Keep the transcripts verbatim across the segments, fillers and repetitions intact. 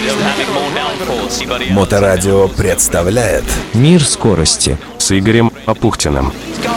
Моторадио представляет «Мир скорости» с Игорем Апухтиным.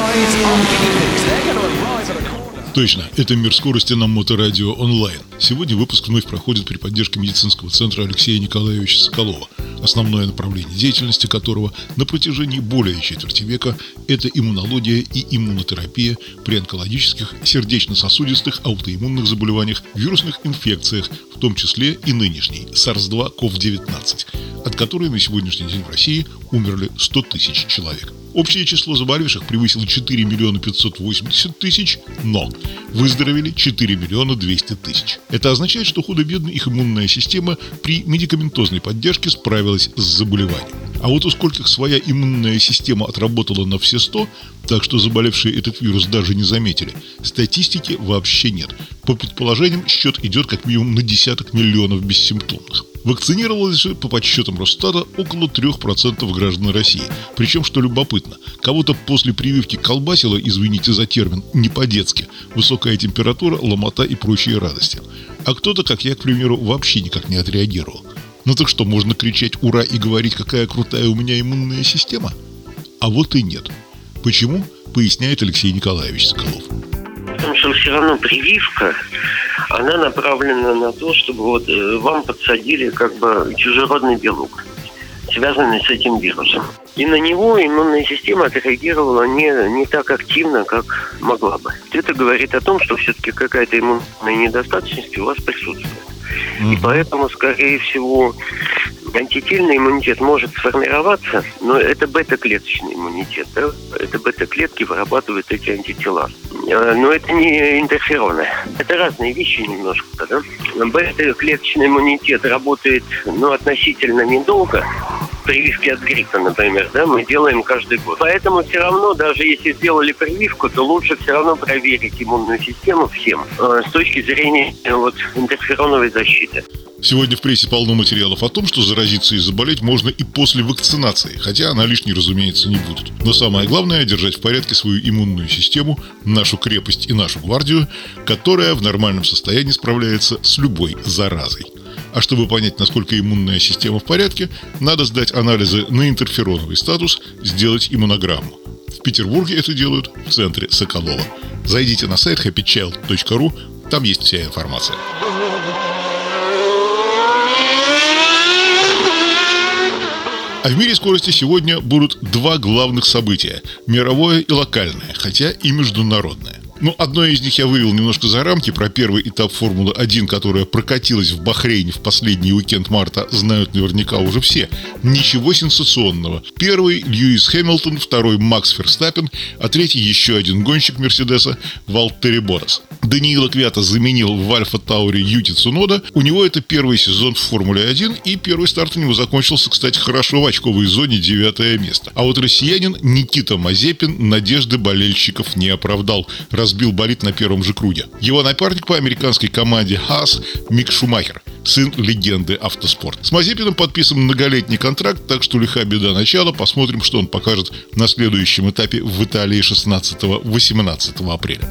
Точно, это «Мир скорости» на Моторадио онлайн. Сегодня выпуск вновь проходит при поддержке медицинского центра Алексея Николаевича Соколова, основное направление деятельности которого на протяжении более четверти века – это иммунология и иммунотерапия при онкологических, сердечно-сосудистых, аутоиммунных заболеваниях, вирусных инфекциях, в том числе и нынешней сарс два ков девятнадцать, от которой на сегодняшний день в России умерли сто тысяч человек. Общее число заболевших превысило четыре миллиона пятьсот восемьдесят тысяч, но выздоровели четыре миллиона двести тысяч. Это означает, что худо-бедно их иммунная система при медикаментозной поддержке справилась с заболеванием. А вот у скольких своя иммунная система отработала на все сто, так что заболевшие этот вирус даже не заметили, статистики вообще нет. По предположениям, счет идет как минимум на десяток миллионов бессимптомных. Вакцинировалось же, по подсчетам Росстата, около трех процентов граждан России. Причем, что любопытно, кого-то после прививки колбасило, извините за термин, не по-детски, высокая температура, ломота и прочие радости. А кто-то, как я, к примеру, вообще никак не отреагировал. Ну так что, можно кричать «Ура!» и говорить, какая крутая у меня иммунная система? А вот и нет. Почему? Поясняет Алексей Николаевич Соколов. Потому что все равно прививка, она направлена на то, чтобы вот вам подсадили как бы чужеродный белок, связанный с этим вирусом. И на него иммунная система отреагировала не, не так активно, как могла бы. Это говорит о том, что все-таки какая-то иммунная недостаточность у вас присутствует. Mm-hmm. И поэтому, скорее всего, антительный иммунитет может сформироваться, но это бета-клеточный иммунитет. Да? Это бета-клетки вырабатывают эти антитела. Но это не интерфероны. Это разные вещи немножко. Да? Бета-клеточный иммунитет работает ну, относительно недолго. Прививки от гриппа, например, да, мы делаем каждый год. Поэтому все равно, даже если сделали прививку, то лучше все равно проверить иммунную систему всем э, с точки зрения э, вот, интерфероновой защиты. Сегодня в прессе полно материалов о том, что заразиться и заболеть можно и после вакцинации, хотя она лишней, разумеется, не будет. Но самое главное – держать в порядке свою иммунную систему, нашу крепость и нашу гвардию, которая в нормальном состоянии справляется с любой заразой. А чтобы понять, насколько иммунная система в порядке, надо сдать анализы на интерфероновый статус, сделать иммунограмму. В Петербурге это делают в центре Соколова. Зайдите на сайт хэппи чайлд точка ру, там есть вся информация. А в мире скорости сегодня будут два главных события – мировое и локальное, хотя и международное. Ну, одно из них я вывел немножко за рамки. Про первый этап Формулы один, которая прокатилась в Бахрейне в последний уикенд марта, знают наверняка уже все. Ничего сенсационного. Первый – Льюис Хэмилтон, второй – Макс Ферстаппен, а третий – еще один гонщик Мерседеса – Валтери Боттас. Даниила Квята заменил в Альфа Таури Юти Цунода. У него это первый сезон в Формуле один, и первый старт у него закончился, кстати, хорошо, в очковой зоне, девятое место. А вот россиянин Никита Мазепин надежды болельщиков не оправдал. Разбил болид на первом же круге. Его напарник по американской команде Haas Мик Шумахер, сын легенды автоспорта. С Мазепиным подписан многолетний контракт, так что лиха беда начала. Посмотрим, что он покажет на следующем этапе в Италии шестнадцатого-восемнадцатого апреля.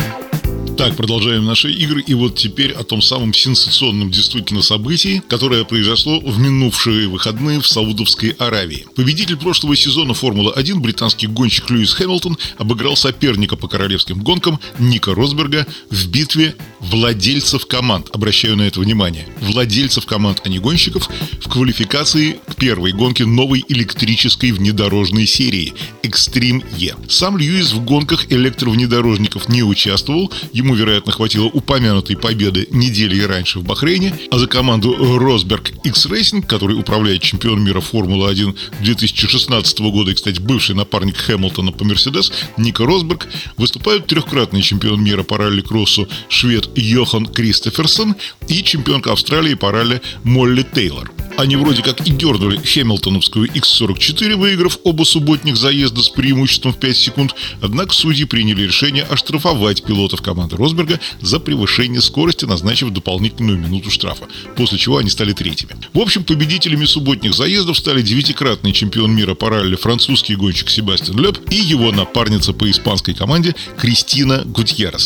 Так, продолжаем наши игры, и вот теперь о том самом сенсационном действительно событии, которое произошло в минувшие выходные в Саудовской Аравии. Победитель прошлого сезона Формулы один, британский гонщик Льюис Хэмилтон, обыграл соперника по королевским гонкам Ника Росберга в битве владельцев команд. Обращаю на это внимание. Владельцев команд, а не гонщиков, в квалификации к первой гонке новой электрической внедорожной серии Extreme E. Сам Льюис в гонках электровнедорожников не участвовал, ему, вероятно, хватило упомянутой победы недели раньше в Бахрейне, а за команду Rosberg X Racing, который управляет чемпион мира Формулы один две тысячи шестнадцатого года и, кстати, бывший напарник Хэмилтона по Мерседес, Ника Росберг, выступают трехкратный чемпион мира по ралли-кроссу швед Йохан Кристоферсон и чемпионка Австралии по ралли Молли Тейлор. Они вроде как и дернули хэмилтоновскую икс сорок четыре, выиграв оба субботних заезда с преимуществом в пять секунд, однако судьи приняли решение оштрафовать пилотов команды Росберга за превышение скорости, назначив дополнительную минуту штрафа, после чего они стали третьими. В общем, победителями субботних заездов стали девятикратный чемпион мира по ралли французский гонщик Себастьян Лёб и его напарница по испанской команде Кристина Гутьеррес.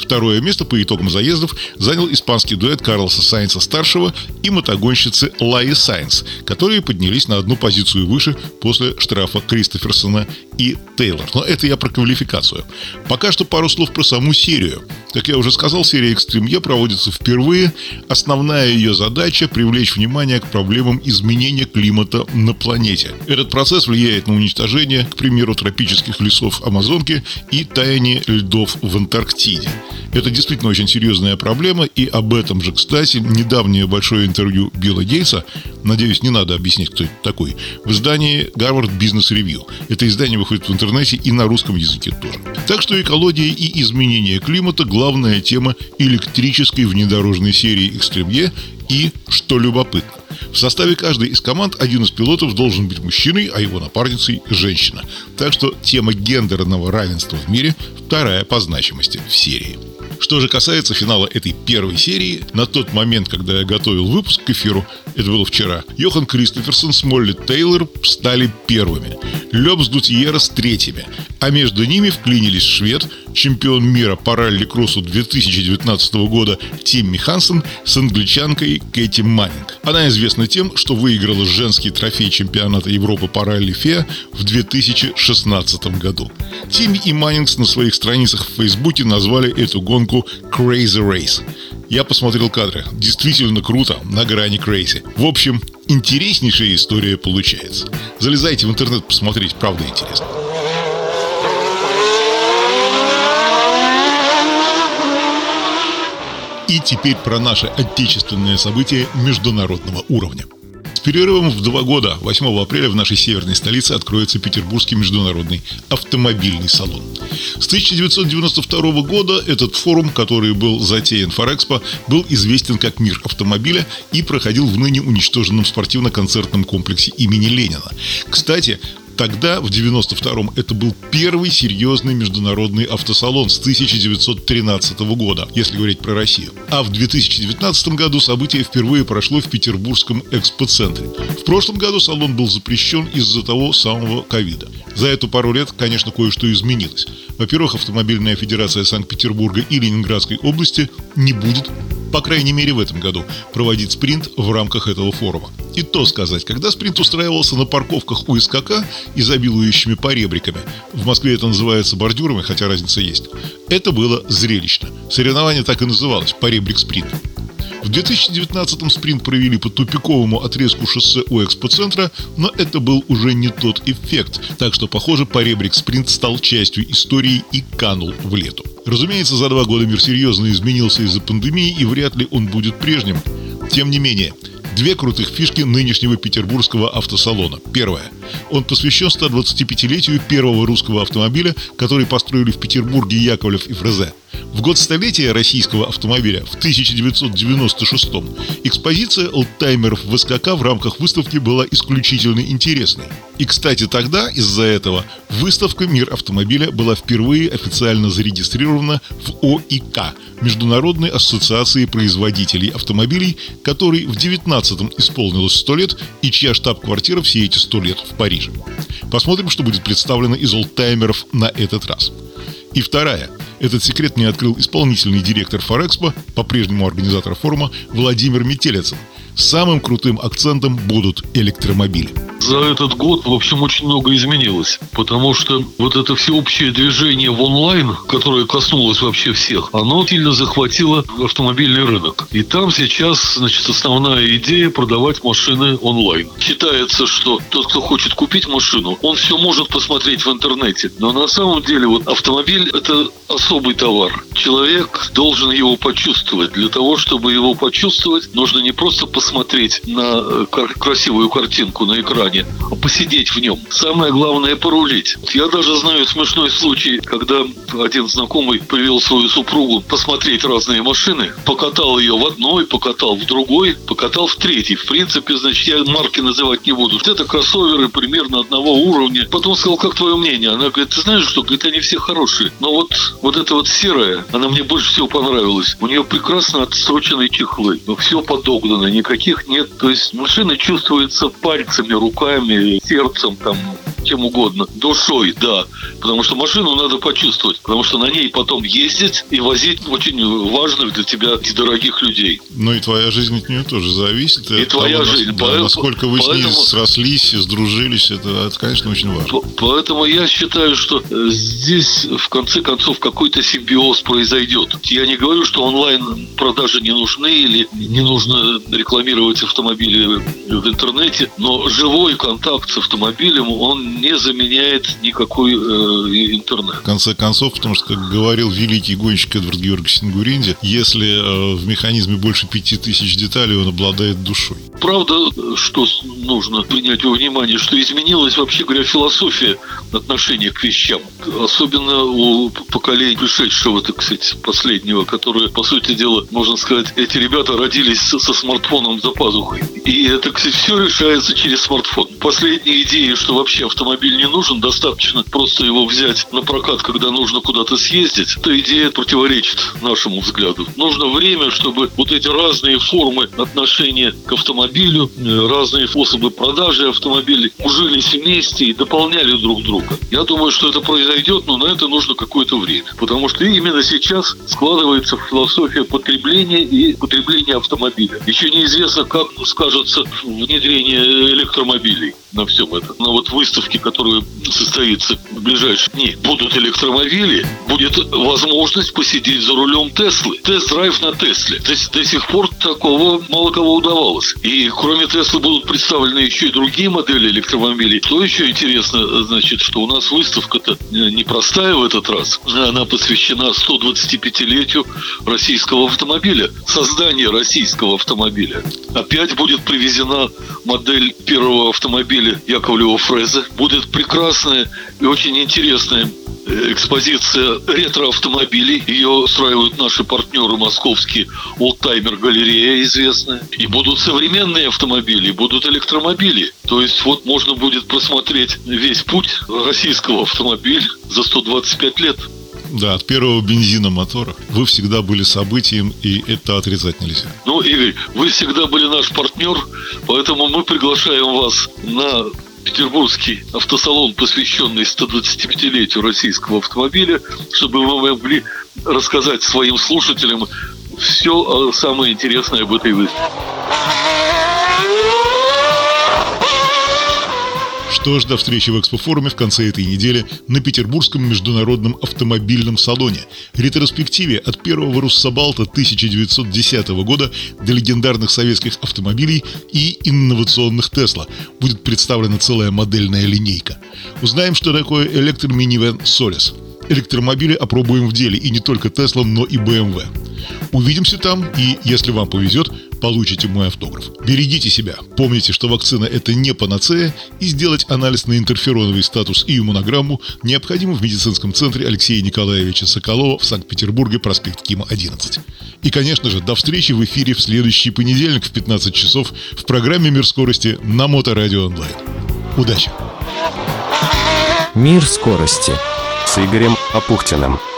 Второе место по итогам заездов занял испанский дуэт Карлоса Сайнса-старшего и мотогонщицы Лайи Сайнс, которые поднялись на одну позицию выше после штрафа Кристоферсона и Тейлор. Но это я про квалификацию. Пока что пару слов про саму серию. Как я уже сказал, серия Extreme E проводится впервые. Основная ее задача – привлечь внимание к проблемам изменения климата на планете. Этот процесс влияет на уничтожение, к примеру, тропических лесов Амазонки и таяние льдов в Антарктиде. Это действительно очень серьезная проблема, и об этом же, кстати, недавнее большое интервью Билла Гейтса, надеюсь, не надо объяснить, кто это такой, в издании Harvard Business Review. Это издание выходит в интернете и на русском языке тоже. Так что экология и изменение климата – главная тема электрической внедорожной серии Extreme E. И, что любопытно, в составе каждой из команд один из пилотов должен быть мужчиной, а его напарницей – женщина. Так что тема гендерного равенства в мире вторая по значимости в серии. Что же касается финала этой первой серии, на тот момент, когда я готовил выпуск к эфиру, это было вчера, Йохан Кристоферсон с Молли Тейлор стали первыми, Лёбс Гутьеррес третьими, а между ними вклинились швед, чемпион мира по ралли-кроссу две тысячи девятнадцатого года Тимми Хансен с англичанкой Кэти Маннинг. Она известна тем, что выиграла женский трофей чемпионата Европы по ралли-феа в две тысячи шестнадцатом году. Тимми и Маннингс на своих страницах в Фейсбуке назвали эту гонку Crazy Race. Я посмотрел кадры. Действительно круто, на грани crazy. В общем, интереснейшая история получается. Залезайте в интернет посмотреть, правда интересно. И теперь про наше отечественное событие международного уровня. С перерывом в два года, восьмого апреля в нашей северной столице откроется Петербургский международный автомобильный салон. С тысяча девятьсот девяносто второго года этот форум, который был затеян Форэкспо, был известен как «Мир автомобиля» и проходил в ныне уничтоженном спортивно-концертном комплексе имени Ленина. Кстати, тогда, в девяносто втором, это был первый серьезный международный автосалон с тысяча девятьсот тринадцатого года, если говорить про Россию. А в две тысячи девятнадцатом году событие впервые прошло в Петербургском экспоцентре. В прошлом году салон был запрещен из-за того самого ковида. За эту пару лет, конечно, кое-что изменилось. Во-первых, Автомобильная федерация Санкт-Петербурга и Ленинградской области не будет, по крайней мере в этом году, проводить спринт в рамках этого форума. И то сказать, когда спринт устраивался на парковках у СКК, изобилующими поребриками, в Москве это называется бордюрами, хотя разница есть, это было зрелищно. Соревнование так и называлось – поребрик-спринт. В две тысячи девятнадцатом спринт провели по тупиковому отрезку шоссе у экспоцентра, но это был уже не тот эффект, так что, похоже, поребрик-спринт стал частью истории и канул в лету. Разумеется, за два года мир серьезно изменился из-за пандемии, и вряд ли он будет прежним. Тем не менее, две крутых фишки нынешнего петербургского автосалона. Первое. Он посвящен стодвадцатипятилетию первого русского автомобиля, который построили в Петербурге Яковлев и Фрезе. В год столетия российского автомобиля в тысяча девятьсот девяносто шестом экспозиция олдтаймеров в СКК в рамках выставки была исключительно интересной. И, кстати, тогда из-за этого выставка «Мир автомобиля» была впервые официально зарегистрирована в ОИК – Международной ассоциации производителей автомобилей, которой в девятнадцатом исполнилось сто лет и чья штаб-квартира все эти сто лет в Париже. Посмотрим, что будет представлено из олдтаймеров на этот раз. И вторая. Этот секрет мне открыл исполнительный директор Форэкспо, по-прежнему организатор форума, Владимир Метелицын. Самым крутым акцентом будут электромобили. За этот год, в общем, очень много изменилось, потому что вот это всеобщее движение в онлайн, которое коснулось вообще всех, оно сильно захватило автомобильный рынок. И там сейчас, значит, основная идея продавать машины онлайн. Считается, что тот, кто хочет купить машину, он все может посмотреть в интернете. Но на самом деле вот автомобиль – это особый товар. Человек должен его почувствовать. Для того, чтобы его почувствовать, нужно не просто посмотреть на красивую картинку на экране, а посидеть в нем. Самое главное – порулить. Я даже знаю смешной случай, когда один знакомый привел свою супругу посмотреть разные машины, покатал ее в одной, покатал в другой, покатал в третьей. В принципе, значит, я марки называть не буду. Это кроссоверы примерно одного уровня. Потом сказал, как твое мнение? Она говорит, ты знаешь что? Говорит, они все хорошие. Но вот, вот эта вот серая, она мне больше всего понравилась. У нее прекрасно отсроченные чехлы. Но все подогнано, никаких нет. То есть машина чувствуется пальцами, руками, сердцем, там, чем угодно. Душой, да. Потому что машину надо почувствовать. Потому что на ней потом ездить и возить очень важных для тебя и дорогих людей. Ну и твоя жизнь от нее тоже зависит. И от твоя того, жизнь. Да, Поэтому, насколько вы поэтому, с ней срослись, сдружились, это, это, конечно, очень важно. Поэтому я считаю, что здесь, в конце концов, какой-то симбиоз произойдет. Я не говорю, что онлайн-продажи не нужны или не нужно рекламировать автомобили в интернете, но живой контакт с автомобилем, он не заменяет никакой э, интернет. В конце концов, потому что, как говорил великий гонщик Эдвард Георгиевич Сингуринди, если э, в механизме больше пяти тысяч деталей, он обладает душой. Правда, что нужно принять во внимание, что изменилась, вообще говоря, философия отношения к вещам. Особенно у поколения пришедшего, так сказать, последнего, которое, по сути дела, можно сказать, эти ребята родились со, со смартфоном за пазухой. И это, кстати, все решается через смартфон. Последняя идея, что вообще автомобиль не нужен, достаточно просто его взять на прокат, когда нужно куда-то съездить, эта идея противоречит нашему взгляду. Нужно время, чтобы вот эти разные формы отношения к автомобилю, разные способы продажи автомобилей ужились вместе и дополняли друг друга. Я думаю, что это произойдет, но на это нужно какое-то время. Потому что именно сейчас складывается философия потребления и потребления автомобиля. Еще неизвестно, как скажется внедрение электромобилей на всем этом. Но вот выставки, которые состоится в ближайшие дни, будут электромобили, будет возможность посидеть за рулем Теслы. Тест-драйв на Тесле. То есть до сих пор такого мало кого удавалось. И кроме Теслы будут представлены еще и другие модели электромобилей. Что еще интересно, значит, что у нас выставка-то непростая в этот раз. Она посвящена сто двадцатипятилетию российского автомобиля. Создание российского автомобиля. Опять будет привезена модель первого автомобиля Яковлева Фрезе. Будет прекрасная и очень интересная экспозиция ретро-автомобилей. Ее устраивают наши партнеры московские, Олдтаймер галерея известная. И будут современные автомобили, будут электромобили. То есть вот можно будет просмотреть весь путь российского автомобиля за сто двадцать пять лет. Да, от первого бензина мотора вы всегда были событием, и это отрицать нельзя. Ну, Игорь, вы всегда были наш партнер, поэтому мы приглашаем вас на Петербургский автосалон, посвященный сто двадцатипятилетию российского автомобиля, чтобы вы могли рассказать своим слушателям все самое интересное об этой выставке. Что ж, до встречи в Экспофоруме в конце этой недели на Петербургском международном автомобильном салоне. Ретроспективе от первого Руссобалта тысяча девятьсот десятого года до легендарных советских автомобилей и инновационных Тесла будет представлена целая модельная линейка. Узнаем, что такое электроминивэн Солис. Электромобили опробуем в деле, и не только Tesla, но и бэ эм вэ. Увидимся там, и, если вам повезет, получите мой автограф. Берегите себя. Помните, что вакцина – это не панацея, и сделать анализ на интерфероновый статус и иммунограмму необходимо в медицинском центре Алексея Николаевича Соколова в Санкт-Петербурге, проспект Кима, одиннадцать. И, конечно же, до встречи в эфире в следующий понедельник в пятнадцать часов в программе «Мир скорости» на Моторадио Онлайн. Удачи! Мир скорости с Игорем Апухтиным.